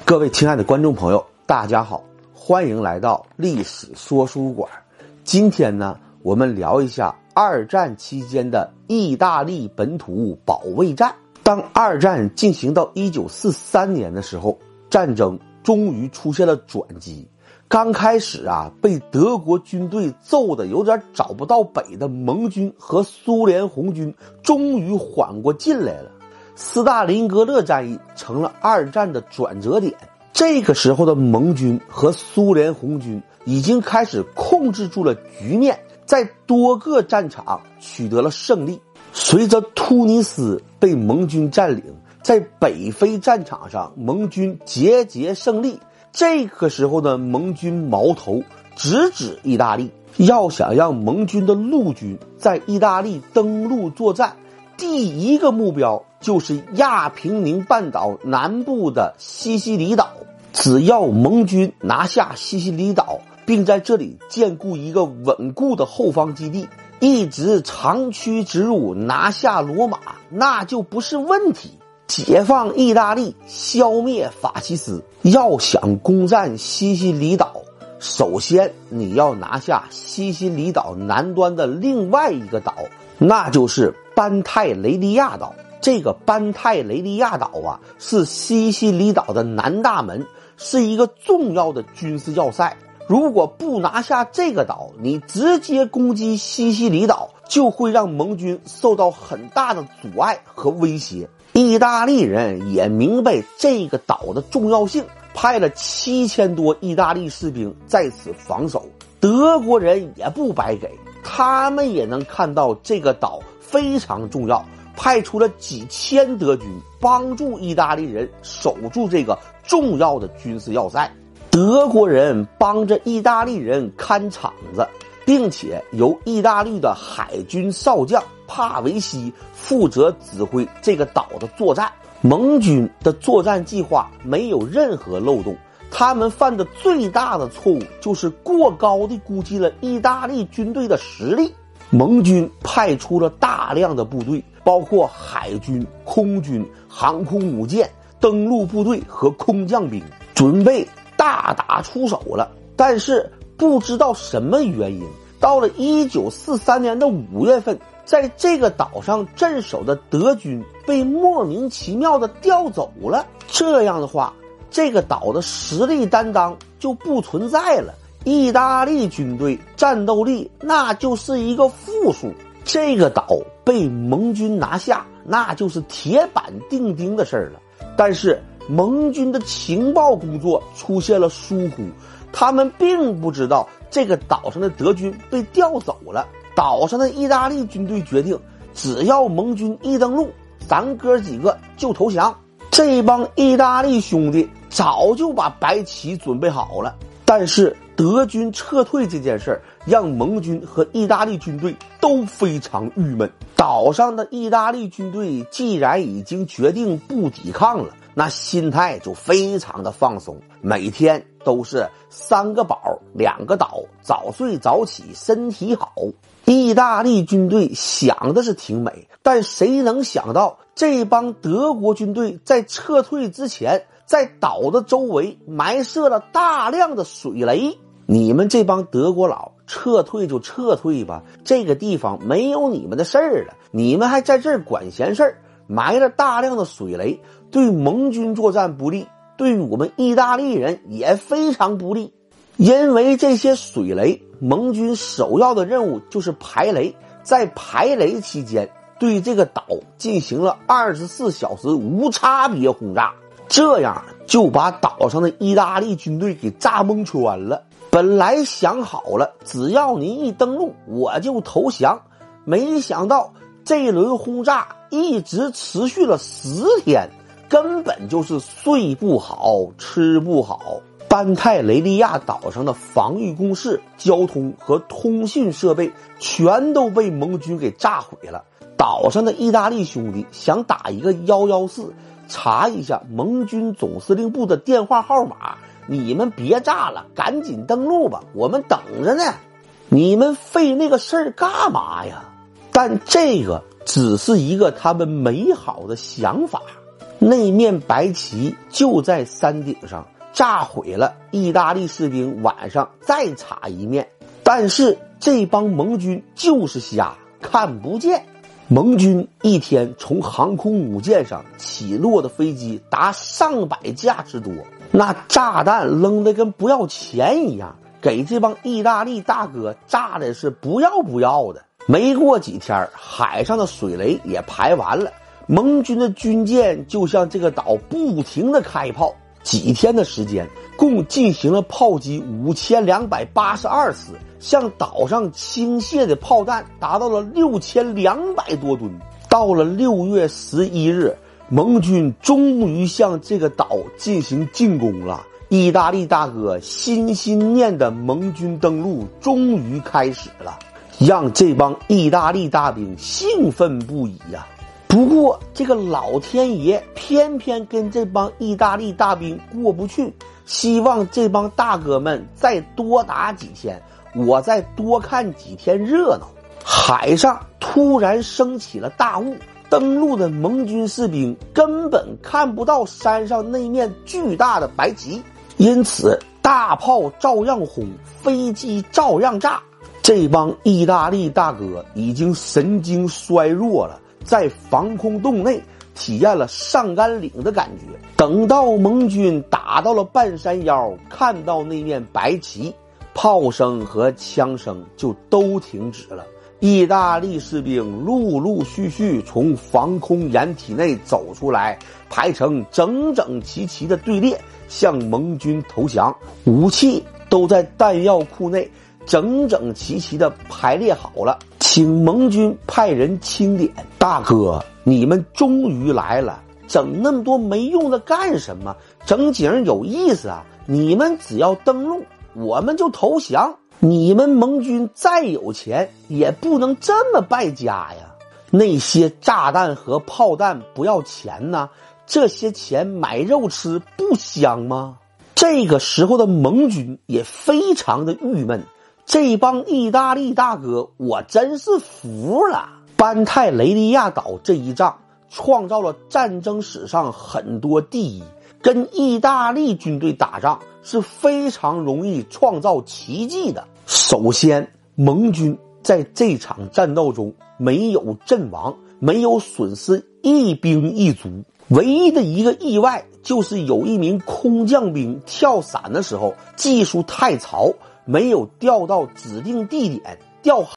各位亲爱的观众朋友，大家好，欢迎来到历史说书馆。今天呢，我们聊一下二战期间的意大利本土保卫战。当二战进行到1943年的时候，战争终于出现了转机。刚开始被德国军队揍得有点找不到北的盟军和苏联红军终于缓过劲来了。斯大林格勒战役成了二战的转折点，这个时候的盟军和苏联红军已经开始控制住了局面，在多个战场取得了胜利。随着突尼斯被盟军占领，在北非战场上盟军节节胜利，这个时候的盟军矛头直指意大利，要想让盟军的陆军在意大利登陆作战，第一个目标就是亚平宁半岛南部的西西里岛。只要盟军拿下西西里岛，并在这里建固一个稳固的后方基地，一直长驱直入拿下罗马，那就不是问题。解放意大利，消灭法西斯。要想攻占西西里岛，首先你要拿下西西里岛南端的另外一个岛，那就是班泰雷利亚岛。这个班泰雷利亚岛是西西里岛的南大门，是一个重要的军事要塞。如果不拿下这个岛，你直接攻击西西里岛，就会让盟军受到很大的阻碍和威胁。意大利人也明白这个岛的重要性，派了7000多意大利士兵在此防守。德国人也不白给，他们也能看到这个岛非常重要，派出了几千德军帮助意大利人守住这个重要的军事要塞。德国人帮着意大利人看场子，并且由意大利的海军少将帕维西负责指挥这个岛的作战。盟军的作战计划没有任何漏洞，他们犯的最大的错误就是过高地估计了意大利军队的实力。盟军派出了大量的部队，包括海军、空军、航空母舰、登陆部队和空降兵，准备大打出手了。但是不知道什么原因，到了1943年的5月份，在这个岛上镇守的德军被莫名其妙的调走了。这样的话，这个岛的实力担当就不存在了，意大利军队战斗力那就是一个负数。这个岛被盟军拿下，那就是铁板钉钉的事儿了。但是盟军的情报工作出现了疏忽，他们并不知道这个岛上的德军被调走了。岛上的意大利军队决定，只要盟军一登陆，咱哥几个就投降。这帮意大利兄弟早就把白旗准备好了，但是德军撤退这件事让盟军和意大利军队都非常郁闷。岛上的意大利军队既然已经决定不抵抗了，那心态就非常的放松，每天都是3个饱2个倒，早睡早起身体好。意大利军队想的是挺美，但谁能想到这帮德国军队在撤退之前，在岛的周围埋设了大量的水雷。你们这帮德国佬撤退就撤退吧，这个地方没有你们的事儿了，你们还在这儿管闲事儿，埋了大量的水雷，对盟军作战不利，对我们意大利人也非常不利。因为这些水雷，盟军首要的任务就是排雷，在排雷期间对这个岛进行了24小时无差别轰炸，这样就把岛上的意大利军队给炸蒙圈了。本来想好了，只要您一登陆我就投降，没想到这一轮轰炸一直持续了10天，根本就是睡不好吃不好。班泰雷利亚岛上的防御工事、交通和通讯设备全都被盟军给炸毁了。岛上的意大利兄弟想打一个114，查一下盟军总司令部的电话号码，你们别炸了，赶紧登陆吧，我们等着呢。你们费那个事儿干嘛呀？但这个只是一个他们美好的想法。 那面白旗就在山顶上，炸毁了意大利士兵晚上再插一面。但是这帮盟军就是瞎，看不见。盟军一天从航空母舰上起落的飞机达上百架之多，那炸弹扔得跟不要钱一样，给这帮意大利大哥炸的是不要不要的。没过几天，海上的水雷也排完了，盟军的军舰就向这个岛不停的开炮。几天的时间，共进行了炮击5282次，向岛上倾泻的炮弹达到了6200多吨。到了6月11日，盟军终于向这个岛进行进攻了。意大利大哥心心念的盟军登陆终于开始了，让这帮意大利大兵兴奋不已呀。不过这个老天爷偏偏跟这帮意大利大兵过不去，希望这帮大哥们再多打几天，我再多看几天热闹。海上突然升起了大雾，登陆的盟军士兵根本看不到山上那面巨大的白旗，因此大炮照样轰，飞机照样炸。这帮意大利大哥已经神经衰弱了，在防空洞内体验了上甘岭的感觉。等到盟军打到了半山腰，看到那面白旗，炮声和枪声就都停止了。意大利士兵陆陆续续从防空掩体内走出来，排成整整齐齐的队列向盟军投降，武器都在弹药库内整整齐齐的排列好了，请盟军派人清点。大哥，你们终于来了，整那么多没用的干什么？整景有意思啊！你们只要登陆，我们就投降。你们盟军再有钱，也不能这么败家呀！那些炸弹和炮弹不要钱呢，这些钱买肉吃不香吗？这个时候的盟军也非常的郁闷。这帮意大利大哥，我真是服了。班泰雷利亚岛这一仗创造了战争史上很多第一，跟意大利军队打仗是非常容易创造奇迹的。首先，盟军在这场战斗中没有阵亡，没有损失一兵一卒，唯一的一个意外就是有一名空降兵跳伞的时候技术太糙，没有调到指定地点，调